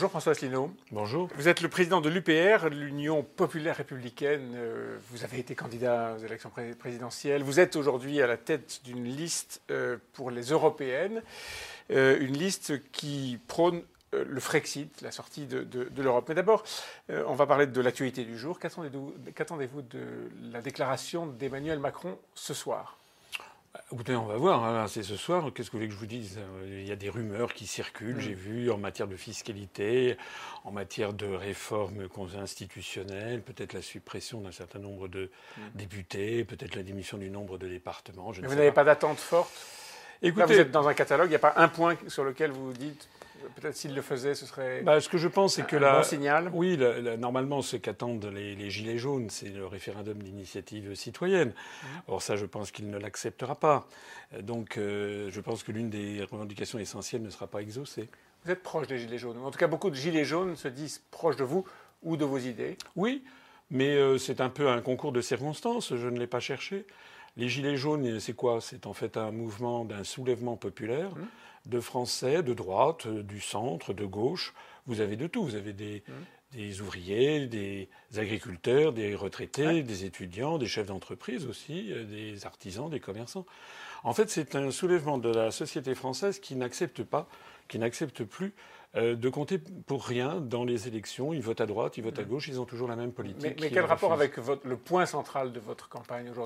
Bonjour François Asselineau. Bonjour. Vous êtes le président de l'UPR, l'Union populaire républicaine. Vous avez été candidat aux élections présidentielles. Vous êtes aujourd'hui à la tête d'une liste pour les européennes. Une liste qui prône le Frexit, la sortie de l'Europe. Mais d'abord, on va parler de l'actualité du jour. Qu'attendez-vous de la déclaration d'Emmanuel Macron ce soir ? Écoutez, on va voir. Hein. C'est ce soir. Qu'est-ce que vous voulez que je vous dise ? Il y a des rumeurs qui circulent, j'ai vu, en matière de fiscalité, en matière de réforme institutionnelle, peut-être la suppression d'un certain nombre de députés, peut-être la démission du nombre de départements. Mais vous n'avez pas d'attente forte ? Écoutez, là, vous êtes dans un catalogue, il n'y a pas un point sur lequel vous vous dites... Peut-être s'il le faisait, ce serait ce que je pense, c'est que bon signal. Oui, normalement, ce qu'attendent les Gilets jaunes, c'est le référendum d'initiative citoyenne. Or, ça, je pense qu'il ne l'acceptera pas. Donc, je pense que l'une des revendications essentielles ne sera pas exaucée. Vous êtes proche des Gilets jaunes. En tout cas, beaucoup de Gilets jaunes se disent proches de vous ou de vos idées. Oui, mais c'est un peu un concours de circonstances. Je ne l'ai pas cherché. Les Gilets jaunes, c'est quoi ? C'est en fait un mouvement d'un soulèvement populaire de Français, de droite, du centre, de gauche. Vous avez de tout. Vous avez des ouvriers, des agriculteurs, des retraités, des étudiants, des chefs d'entreprise aussi, des artisans, des commerçants. En fait, c'est un soulèvement de la société française qui n'accepte plus de compter pour rien dans les élections. Ils votent à droite, ils votent à gauche, ils ont toujours la même politique. Mais quel rapport avec le point central de votre campagne aujourd'hui ?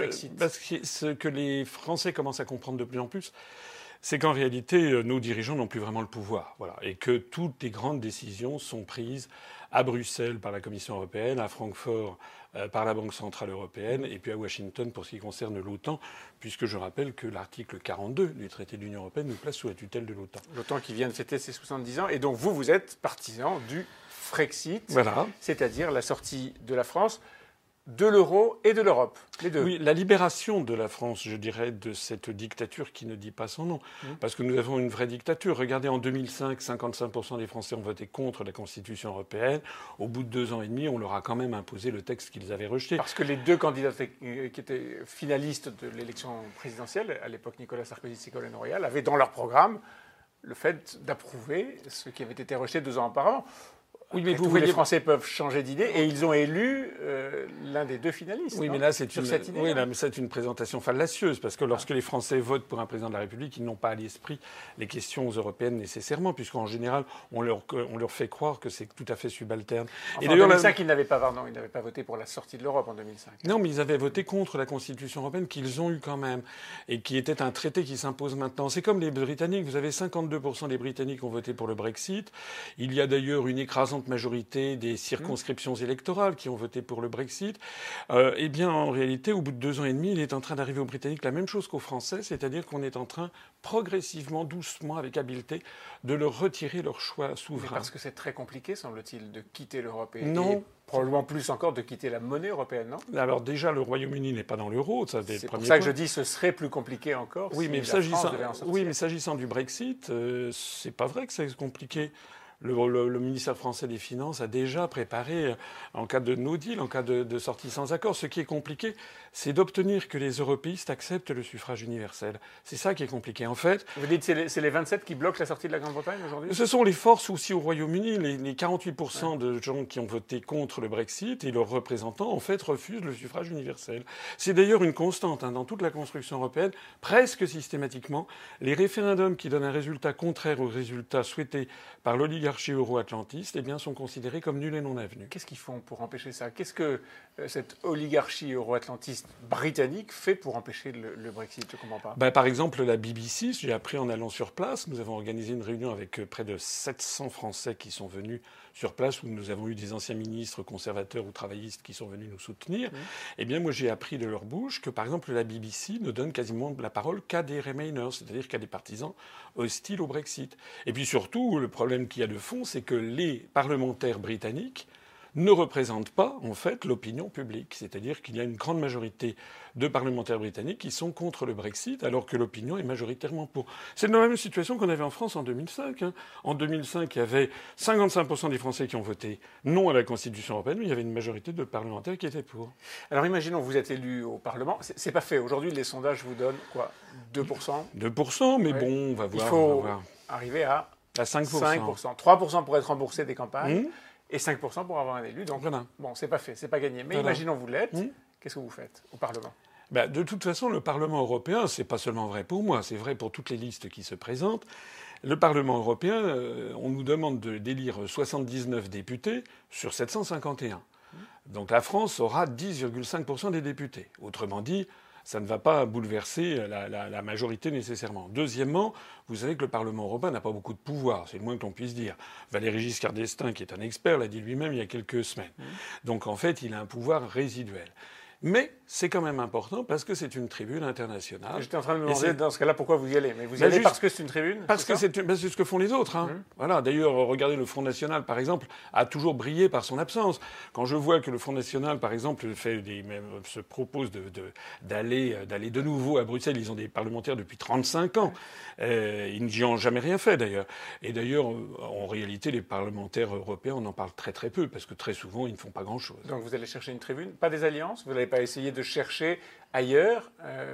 Ce que les Français commencent à comprendre de plus en plus, c'est qu'en réalité, nos dirigeants n'ont plus vraiment le pouvoir. Voilà. Et que toutes les grandes décisions sont prises à Bruxelles par la Commission européenne, à Francfort par la Banque centrale européenne, et puis à Washington pour ce qui concerne l'OTAN, puisque je rappelle que l'article 42 du traité de l'Union européenne nous place sous la tutelle de l'OTAN. L'OTAN qui vient de fêter ses 70 ans, et donc vous êtes partisan du Frexit, voilà. C'est-à-dire la sortie de la France de l'euro et de l'Europe, les deux. Oui, la libération de la France, je dirais, de cette dictature qui ne dit pas son nom. Parce que nous avons une vraie dictature. Regardez, en 2005, 55% des Français ont voté contre la Constitution européenne. Au bout de 2 ans et demi, on leur a quand même imposé le texte qu'ils avaient rejeté. Parce que les deux candidats qui étaient finalistes de l'élection présidentielle, à l'époque Nicolas Sarkozy et Ségolène Royal, avaient dans leur programme le fait d'approuver ce qui avait été rejeté 2 ans auparavant. Oui, mais les Français peuvent changer d'idée et ils ont élu l'un des deux finalistes. Oui, mais là, c'est une présentation fallacieuse parce que lorsque les Français votent pour un président de la République, ils n'ont pas à l'esprit les questions européennes nécessairement, puisqu'en général, on leur fait croire que c'est tout à fait subalterne. Enfin, et d'ailleurs, en 2005, ils n'avaient pas voté pour la sortie de l'Europe en 2005. Non, mais ils avaient voté contre la Constitution européenne qu'ils ont eue quand même et qui était un traité qui s'impose maintenant. C'est comme les Britanniques. Vous avez 52% des Britanniques qui ont voté pour le Brexit. Il y a d'ailleurs une écrasante majorité des circonscriptions électorales qui ont voté pour le Brexit. Eh bien, en réalité, au bout de 2 ans et demi, il est en train d'arriver aux Britanniques la même chose qu'aux Français, c'est-à-dire qu'on est en train, progressivement, doucement, avec habileté, de leur retirer leur choix souverain. Mais parce que c'est très compliqué, semble-t-il, de quitter l'Europe et probablement plus encore de quitter la monnaie européenne, non ? Alors déjà, le Royaume-Uni n'est pas dans l'euro. C'est pour ça que je dis que ce serait plus compliqué encore oui, si mais la France devait en sortir. Oui, mais s'agissant du Brexit, c'est pas vrai que c'est compliqué. Le ministère français des Finances a déjà préparé, en cas de no deal, en cas de sortie sans accord. Ce qui est compliqué, c'est d'obtenir que les européistes acceptent le suffrage universel. C'est ça qui est compliqué. En fait, vous dites que c'est les 27 qui bloquent la sortie de la Grande-Bretagne aujourd'hui ? Ce sont les forces aussi au Royaume-Uni. Les 48% de gens qui ont voté contre le Brexit et leurs représentants, en fait, refusent le suffrage universel. C'est d'ailleurs une constante dans toute la construction européenne. Presque systématiquement, les référendums qui donnent un résultat contraire au résultat souhaité par l'oligarchie euro-atlantiste, eh bien, sont considérés comme nuls et non avenus. Qu'est-ce qu'ils font pour empêcher ça ? Qu'est-ce que cette oligarchie euro-atlantiste britannique fait pour empêcher le Brexit ? Je ne comprends pas. Par exemple, la BBC, j'ai appris en allant sur place, nous avons organisé une réunion avec près de 700 Français qui sont venus sur place, où nous avons eu des anciens ministres conservateurs ou travaillistes qui sont venus nous soutenir. Eh bien, moi, j'ai appris de leur bouche que, par exemple, la BBC ne donne quasiment la parole qu'à des Remainers, c'est-à-dire qu'à des partisans hostiles au Brexit. Et puis surtout, le problème qu'il y a de fond, c'est que les parlementaires britanniques ne représentent pas, en fait, l'opinion publique. C'est-à-dire qu'il y a une grande majorité de parlementaires britanniques qui sont contre le Brexit, alors que l'opinion est majoritairement pour. C'est dans la même situation qu'on avait en France en 2005. En 2005, il y avait 55% des Français qui ont voté non à la Constitution européenne, mais il y avait une majorité de parlementaires qui étaient pour. Alors imaginons que vous êtes élu au Parlement. C'est pas fait. Aujourd'hui, les sondages vous donnent quoi ? 2% ? 2%, mais bon, on va voir. Il faut arriver à À 5%. 5%. 3% pour être remboursé des campagnes et 5% pour avoir un élu. Donc, bon, c'est pas fait, c'est pas gagné. Mais imaginons vous l'êtes, qu'est-ce que vous faites au Parlement ? De toute façon, le Parlement européen, c'est pas seulement vrai pour moi, c'est vrai pour toutes les listes qui se présentent. Le Parlement européen, on nous demande d'élire 79 députés sur 751. Donc la France aura 10,5% des députés. Autrement dit, ça ne va pas bouleverser la majorité nécessairement. Deuxièmement, vous savez que le Parlement européen n'a pas beaucoup de pouvoir, c'est le moins que l'on puisse dire. Valéry Giscard d'Estaing, qui est un expert, l'a dit lui-même il y a quelques semaines. Donc en fait, il a un pouvoir résiduel. Mais c'est quand même important parce que c'est une tribune internationale. J'étais en train de me demander dans ce cas-là pourquoi vous y allez. Mais vous y allez parce que c'est une tribune ? Parce que c'est ce que font les autres. Voilà. D'ailleurs, regardez, le Front National, par exemple, a toujours brillé par son absence. Quand je vois que le Front National, par exemple, se propose d'aller de nouveau à Bruxelles, ils ont des parlementaires depuis 35 ans. Ils n'y ont jamais rien fait, d'ailleurs. Et d'ailleurs, en réalité, les parlementaires européens, on en parle très très peu parce que très souvent, ils ne font pas grand-chose. Donc vous allez chercher une tribune, pas des alliances ? Vous n'allez pas essayer de chercher ailleurs,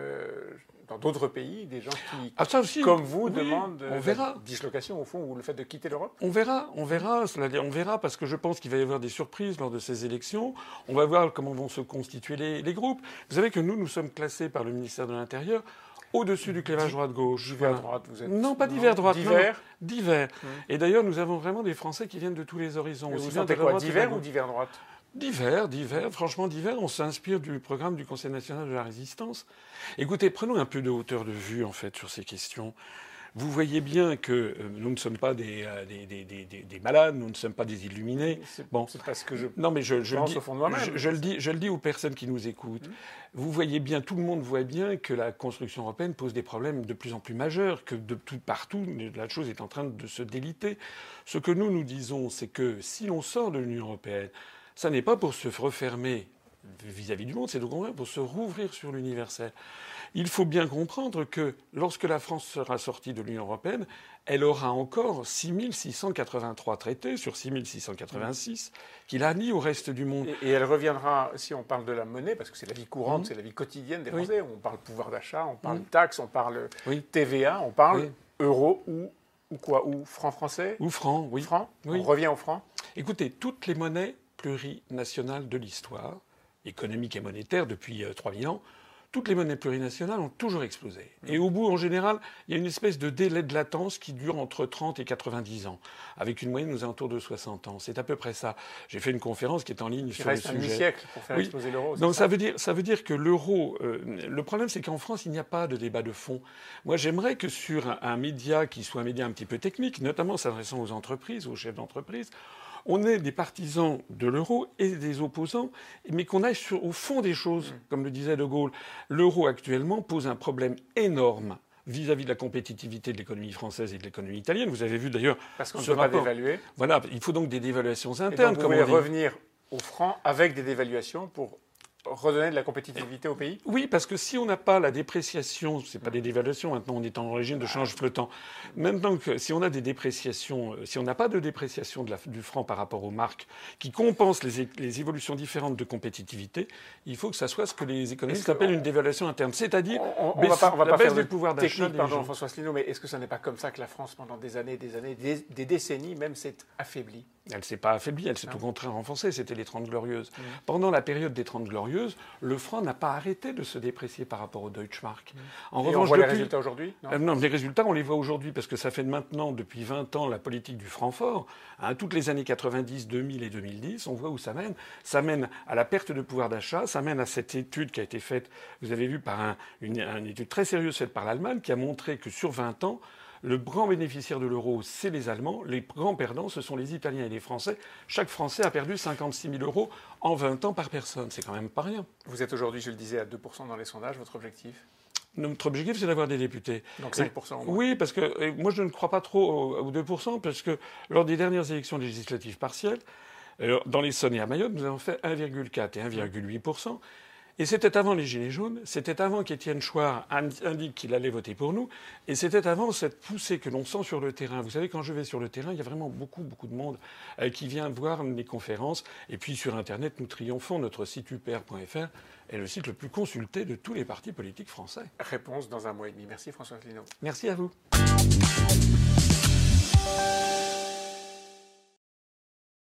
dans d'autres pays, des gens qui, comme vous, demandent la dislocation, au fond, ou le fait de quitter l'Europe ? On verra, parce que je pense qu'il va y avoir des surprises lors de ces élections. On va voir comment vont se constituer les groupes. Vous savez que nous sommes classés par le ministère de l'Intérieur au-dessus du clivage droite-gauche. Divers droite, vous êtes... Non, pas divers droite. Divers ? Divers. Et d'ailleurs, nous avons vraiment des Français qui viennent de tous les horizons. Vous sentez quoi, divers ou divers droite ? Divers, franchement divers. On s'inspire du programme du Conseil national de la résistance. Écoutez, prenons un peu de hauteur de vue, en fait, sur ces questions. Vous voyez bien que nous ne sommes pas des malades, nous ne sommes pas des illuminés. C'est parce que je pense au fond de moi-même. Je le dis aux personnes qui nous écoutent. Vous voyez bien, tout le monde voit bien que la construction européenne pose des problèmes de plus en plus majeurs, que de tout partout, la chose est en train de se déliter. Ce que nous disons, c'est que si l'on sort de l'Union européenne, ça n'est pas pour se refermer vis-à-vis du monde, c'est au contraire pour se rouvrir sur l'universel. Il faut bien comprendre que lorsque la France sera sortie de l'Union européenne, elle aura encore 6683 traités sur 6686 qu'il a mis au reste du monde. Et elle reviendra, si on parle de la monnaie, parce que c'est la vie courante, c'est la vie quotidienne des Français. On parle pouvoir d'achat, on parle taxes, on parle TVA, on parle euro ou quoi ? Ou franc français ? Ou franc, oui. Franc ? On revient au franc ? Écoutez, toutes les monnaies plurinationales de l'histoire, économique et monétaire depuis 3000 ans, toutes les monnaies plurinationales ont toujours explosé. Et au bout, en général, il y a une espèce de délai de latence qui dure entre 30 et 90 ans, avec une moyenne aux alentours de 60 ans. C'est à peu près ça. J'ai fait une conférence qui est en ligne sur le sujet. Il reste un demi-siècle pour faire exploser l'euro. Donc ça veut dire que l'euro... le problème, c'est qu'en France, il n'y a pas de débat de fond. Moi, j'aimerais que sur un média qui soit un média un petit peu technique, notamment s'adressant aux entreprises, aux chefs d'entreprise, on est des partisans de l'euro et des opposants, mais qu'on aille au fond des choses, comme le disait De Gaulle. L'euro actuellement pose un problème énorme vis-à-vis de la compétitivité de l'économie française et de l'économie italienne. Vous avez vu d'ailleurs... Parce qu'on ne peut pas dévaluer. Voilà, il faut donc des dévaluations internes. Et donc vous pouvez revenir au franc avec des dévaluations pour redonner de la compétitivité au pays ? Oui, parce que si on n'a pas la dépréciation, c'est pas des dévaluations, maintenant on est en régime de change flottant. Maintenant, si on a des dépréciations, si on n'a pas de dépréciation du franc par rapport aux marques qui compensent les évolutions différentes de compétitivité, il faut que ça soit ce que les économistes appellent une dévaluation interne, c'est-à-dire on va pas baisse faire du pouvoir d'achat. Pardon, François Asselineau, mais est-ce que ça n'est pas comme ça que la France, pendant des années, des décennies même, s'est affaiblie ? Elle ne s'est pas affaiblie, elle s'est au contraire renforcée. C'était les 30 Glorieuses. Pendant la période des 30 Glorieuses, le franc n'a pas arrêté de se déprécier par rapport au Deutschmark. En revanche, on voit les résultats aujourd'hui ? Non, les résultats, on les voit aujourd'hui parce que ça fait maintenant, depuis 20 ans, la politique du franc fort. Toutes les années 90, 2000 et 2010, on voit où ça mène. Ça mène à la perte de pouvoir d'achat, ça mène à cette étude qui a été faite, vous avez vu, par une étude très sérieuse faite par l'Allemagne, qui a montré que sur 20 ans, le grand bénéficiaire de l'euro, c'est les Allemands. Les grands perdants, ce sont les Italiens et les Français. Chaque Français a perdu 56 000 euros en 20 ans par personne. C'est quand même pas rien. Vous êtes aujourd'hui, je le disais, à 2% dans les sondages. Votre objectif ? Notre objectif, c'est d'avoir des députés. Donc 5% au moins. Oui, parce que moi, je ne crois pas trop aux 2%, parce que lors des dernières élections législatives partielles, dans l'Essonne et à Mayotte, nous avons fait 1,4 et 1,8%. Et c'était avant les Gilets jaunes, c'était avant qu'Étienne Chouard indique qu'il allait voter pour nous, et c'était avant cette poussée que l'on sent sur le terrain. Vous savez, quand je vais sur le terrain, il y a vraiment beaucoup de monde qui vient voir les conférences. Et puis sur Internet, nous triomphons. Notre site upr.fr est le site le plus consulté de tous les partis politiques français. Réponse dans un mois et demi. Merci François Asselineau. Merci à vous.